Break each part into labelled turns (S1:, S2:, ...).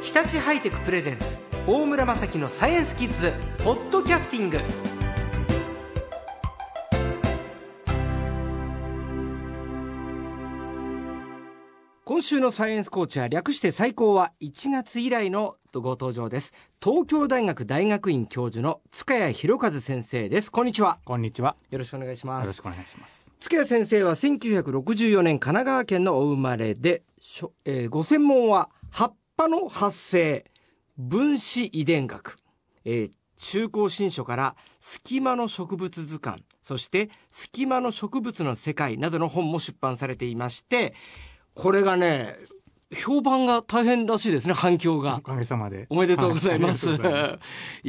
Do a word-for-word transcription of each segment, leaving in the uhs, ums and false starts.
S1: 日立ハイテクプレゼンツ大村雅樹のサイエンスキッズポッドキャスティング。今週のサイエンスコーチは略して最高はいちがつ以来のご登場です。東京大学大学院教授の塚谷弘和先生です。こんにちは。
S2: こんにちは。
S1: よろしくお願いします。
S2: よろしくお願いします。
S1: 塚谷先生はせんきゅうひゃくろくじゅうよねん神奈川県のお生まれで、えー、ご専門は葉っぱの発生、分子遺伝学、えー、中高新書から隙間の植物図鑑、そして隙間の植物の世界などの本も出版されていまして、これがね評判が大変らしいですね。反響が
S2: おかげさまで
S1: おめでとうございます、
S2: はい、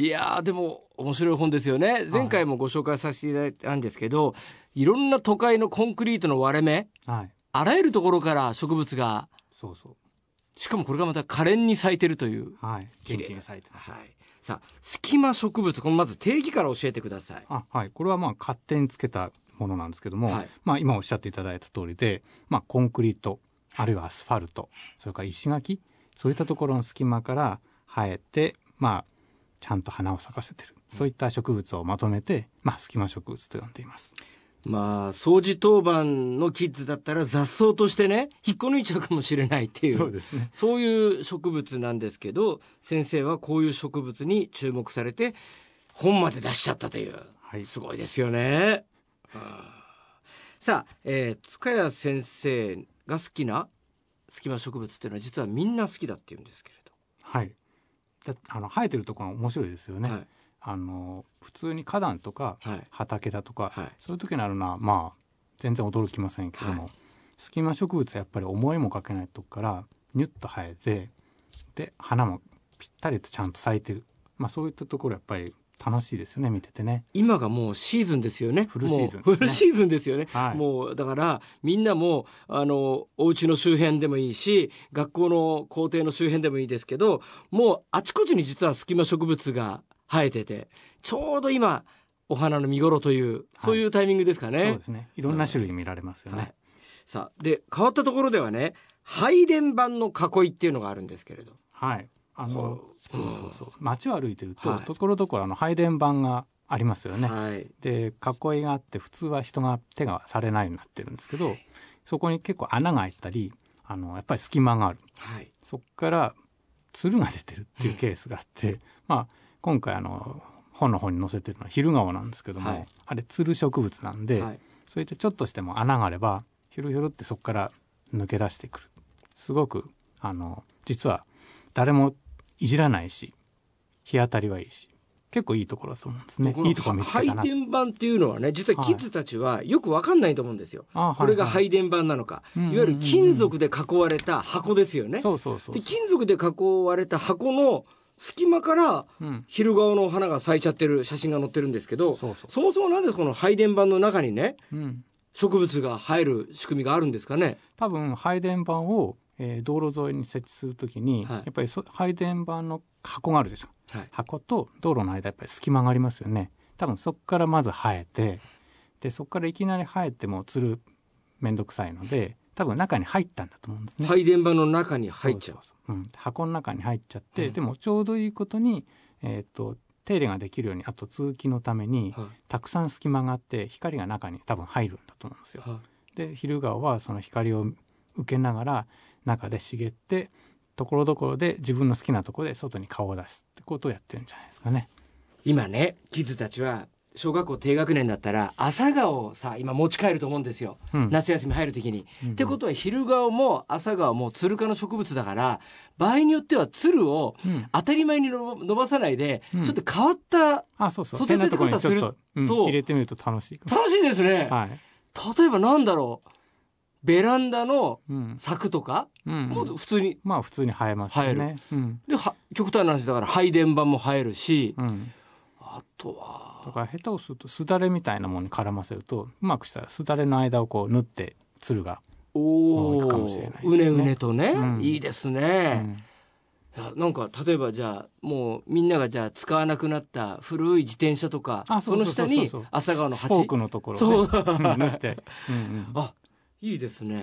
S1: いやーでも面白い本ですよね。前回もご紹介させていただいたんですけど、いろんな都会のコンクリートの割れ目、はい、あらゆるところから植物が、
S2: そうそう、
S1: しかもこれがまた可憐に咲いてるという、
S2: はい、元気に咲いてます、
S1: はい、さあ隙間植物、このまず定義から教えてください。
S2: あ、はい、これはまあ勝手につけたものなんですけども、はい、まあ、今おっしゃっていただいた通りで、まあ、コンクリートあるいはアスファルト、それから石垣、そういったところの隙間から生えて、まあ、ちゃんと花を咲かせてる、そういった植物をまとめて、まあ、隙間植物と呼んでいます。
S1: まあ、掃除当番のキッズだったら雑草としてね引っこ抜いちゃうかもしれないっていう、
S2: そうですね、
S1: そういう植物なんですけど、先生はこういう植物に注目されて本まで出しちゃったという、はい、すごいですよね、はあ、さあ、えー、塚谷先生が好きな隙間植物っていうのは実はみんな好きだっていうんですけれど、
S2: はい、だあの生えてるところが面白いですよね、はい、あの普通に花壇とか畑だとか、はい、そういう時にあるのはまあ全然驚きませんけども、はい、隙間植物はやっぱり思いもかけないとこからニュッと生えて、で花もぴったりとちゃんと咲いてる、まあ、そういったところやっぱり楽しいですよね、見ててね。
S1: 今がもうシーズンですよね。
S2: フルシーズンですね。
S1: フルシーズンですよね、
S2: はい、
S1: もうだからみんなもあのお家の周辺でもいいし学校の校庭の周辺でもいいですけど、もうあちこちに実は隙間植物が生えてて、ちょうど今お花の見頃という、そういうタイミングですかね、
S2: はい、そうですね、いろんな種類見られますよね、はい、
S1: さあで変わったところではね、配電盤の囲いっていうのがあるんですけれど、
S2: はい、あのそうそうそう、街を歩いてると、はい、ところどころあの配電盤がありますよね、はい、で囲いがあって普通は人が手がされないようになってるんですけど、そこに結構穴が開いたり、あのやっぱり隙間がある、はい、そこからつるが出てるっていうケースがあって、うん、まあ今回あの本の方に載せてるのは昼顔なんですけども、はい、あれつる植物なんで、はい、そういったちょっとしても穴があればひょろひょろってそこから抜け出してくる、すごくあの実は誰もいじらないし日当たりはいいし結構いいところだと思うんですね。いいところ見つけたな。
S1: 配電盤っていうのはね、実はキッズたちはよく分かんないと思うんですよ、はい、これが配電盤なのか、はいはい、いわゆる金属で囲われた箱ですよね。
S2: そうそうそうそう。
S1: で金属で囲われた箱の隙間から昼顔の花が咲いちゃってる写真が載ってるんですけど、そうそう、そもそもなんでこの配電盤の中にね、うん、植物が生える仕組みがあるんですかね。
S2: 多分配電盤を、えー、道路沿いに設置するときに、はい、やっぱり配電盤の箱があるでしょ、はい、箱と道路の間やっぱり隙間がありますよね。多分そこからまず生えて、でそこからいきなり生えてもつるめんどくさいので多分中に入ったんだと思うんですね。
S1: 配電盤の中に入っちゃう。
S2: そうそうそう、うん、箱の中に入っちゃって、うん、でもちょうどいいことに、えーと、手入れができるように、あと通気のために、はい、たくさん隙間があって光が中に多分入るんだと思うんですよ、はい、で昼顔はその光を受けながら中で茂ってところどころで自分の好きなところで外に顔を出すってことをやってるんじゃないですかね。
S1: 今ねキッズたちは小学校低学年だったら朝顔をさ今持ち帰ると思うんですよ、うん、夏休み入る時に、うんうん、ってことは昼顔も朝顔もつる科の植物だから、場合によってはつるを当たり前に伸ばさないで、うん、ちょっと変わった、
S2: あ、そうそう、変なところにちょっと、うん、入れてみると楽しい
S1: 楽しいですね、はい、例えばなんだろう、ベランダの柵とか、うんうん、もう普通に
S2: まあ普通に生えますよね、うん、
S1: で極端な話だから配電盤も生えるし、うん、あとは
S2: だから下手をするとすだれみたいなものに絡ませるとうまくしたらすだれの間をこう縫ってつるがいくかもしれないですね。
S1: うねうねとね、うん、いいですね、うん、いやなんか例えばじゃあもうみんながじゃあ使わなくなった古い自転車とか、その下に朝顔の鉢
S2: スポークのところを、ね、縫って、うんうん、
S1: あいいですね。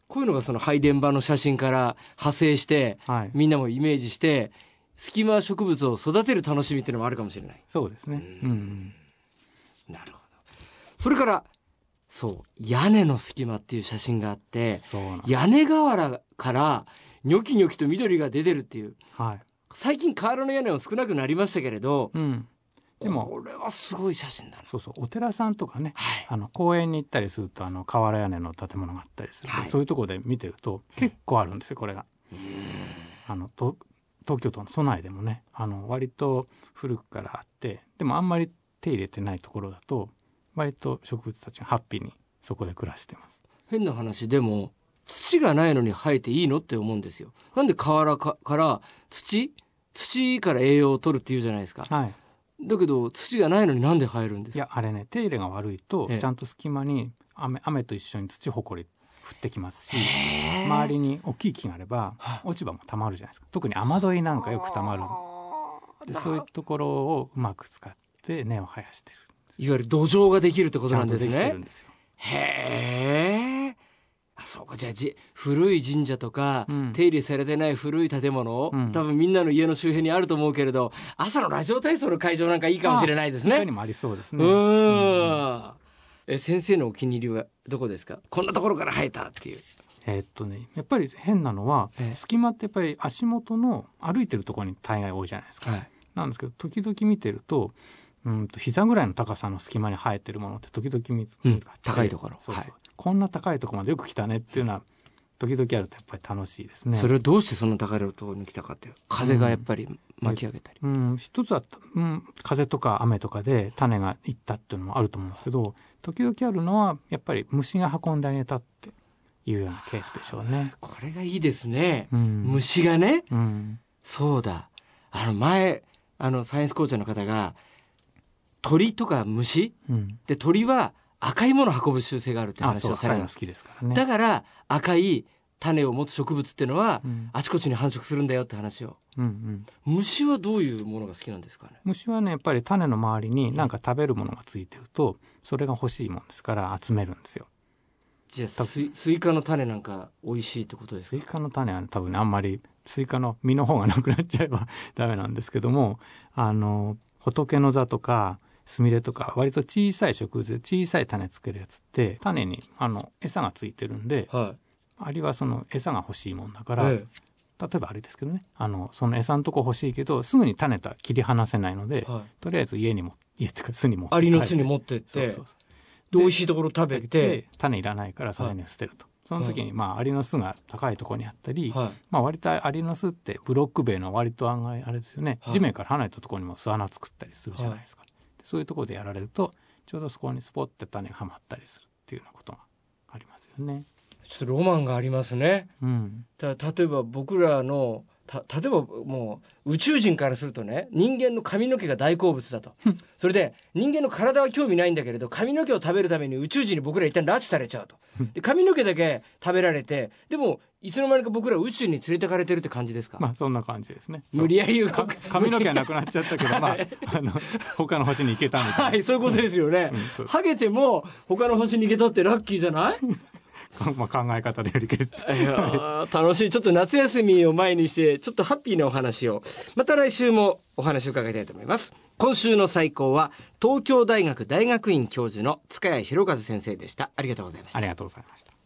S1: こういうのがその配電盤の写真から派生して、はい、みんなもイメージして隙間植物を育てる楽しみっていうのもあるかもしれない。
S2: そうですね。うん、うん、
S1: なるほど。それからそう屋根の隙間っていう写真があって、屋根瓦からニョキニョキと緑が出てるっていう、はい、最近瓦の屋根は少なくなりましたけれど、うん、でもこれはすごい写真だね。
S2: そうそう、お寺さんとかね、はい、あの公園に行ったりするとあの瓦屋根の建物があったりする、はい、そういうところで見てると結構あるんですよこれが。あのと東京都の都内でもね、あの割と古くからあって、でもあんまり手入れてないところだと割と植物たちがハッピーにそこで暮らしてます。
S1: 変な話でも土がないのに生えていいのって思うんですよ。なんで瓦かから土土から栄養を取るっていうじゃないですか、はい、だけど土がないのになんで生えるんですか。
S2: いやあれね、手入れが悪いとちゃんと隙間に 雨, 雨と一緒に土ほこり降ってきますし、周りに大きい木があれば落ち葉もたまるじゃないですか。特に雨どいなんかよくたまるで、そういうところをうまく使って根を生やしてる。
S1: いわゆる土壌ができるってことなんですね。
S2: ちゃんとできてるんですよ。
S1: へー、あ、そうか。じゃあじ古い神社とか、うん、手入れされてない古い建物、うん、多分みんなの家の周辺にあると思うけれど、朝のラジオ体操の会場なんかいいかもしれないですね。
S2: 他にもありそうですね。
S1: うん、うん、え先生のお気に入りはどこですか。こんなところから生えたっていう。
S2: えー、っとねやっぱり変なのは、えー、隙間ってやっぱり足元の歩いてるところに大概多いじゃないですか、はい、なんですけど時々見てるとうんと膝ぐらいの高さの隙間に生えてるものって時々見つける、うん、
S1: 高いところ、
S2: そうそう、はい、こんな高いところまでよく来たねっていうのは時々あるとやっぱり楽しいですね。
S1: それはどうしてそんな高いところに来たかって、風がやっぱり巻き上げたり、
S2: うんうん、一つは、うん、風とか雨とかで種がいったっていうのもあると思うんですけど、時々あるのはやっぱり虫が運んであげたっていうようなケースでしょうね。
S1: これがいいですね、うん、虫がね、うん、そうだ、あの前あのサイエンスコーチャーの方が鳥とか虫、うん、で鳥は赤いものを運ぶ習性があるって話をされます。
S2: 好きですからね。
S1: だから赤い種を持つ植物っていうのは、うん、あちこちに繁殖するんだよって話を、うんうん、虫はどういうものが好きなんですかね。
S2: 虫はねやっぱり種の周りに何か食べるものがついてるとそれが欲しいもんですから集めるんですよ。
S1: じゃあスイ、スイカの種なんか美味しいってことですか。
S2: スイカの種は、ね、多分ねあんまりスイカの実の方がなくなっちゃえばダメなんですけども、あの仏の座とかスミレとか割と小さい植物で小さい種つけるやつって種にあの餌がついてるんで、はい、アリはその餌が欲しいもんだから、ええ、例えばあれですけどね、あのその餌のとこ欲しいけどすぐに種とは切り離せないので、はい、とりあえず家にも家っていうか巣に持って
S1: アリの巣に持ってって、そうそうそう、で美味しいところ食べて
S2: 種いらないからそれに捨てると、はい、その時に、まあ、アリの巣が高いところにあったり、はい、まあ、割とアリの巣ってブロック塀の割と案外あれですよね、はい、地面から離れたところにも巣穴作ったりするじゃないですか、はい、そういうところでやられるとちょうどそこにスポッて種がはまったりするっていうようなことがありますよね。
S1: ちょっとロマンがありますね、うん、だ例えば僕らのた例えばもう宇宙人からするとね、人間の髪の毛が大好物だとそれで人間の体は興味ないんだけれど髪の毛を食べるために宇宙人に僕ら一旦拉致されちゃうと。で髪の毛だけ食べられて、でもいつの間にか僕ら宇宙に連れてかれてるって感じですか。
S2: まあそんな感じですね。
S1: 無理やり
S2: 髪の毛はなくなっちゃったけど、まあ、あの他の星に行けたみたいな、
S1: はい、そういうことですよね、うん、ハゲても他の星に行けたってラッキーじゃない
S2: まあ考え方でよりけず
S1: いや楽しい。ちょっと夏休みを前にしてちょっとハッピーなお話をまた来週もお話を伺いたいと思います。今週の最高は東京大学大学院教授の塚谷弘和先生でした。ありがとうございました。
S2: ありがとうございました。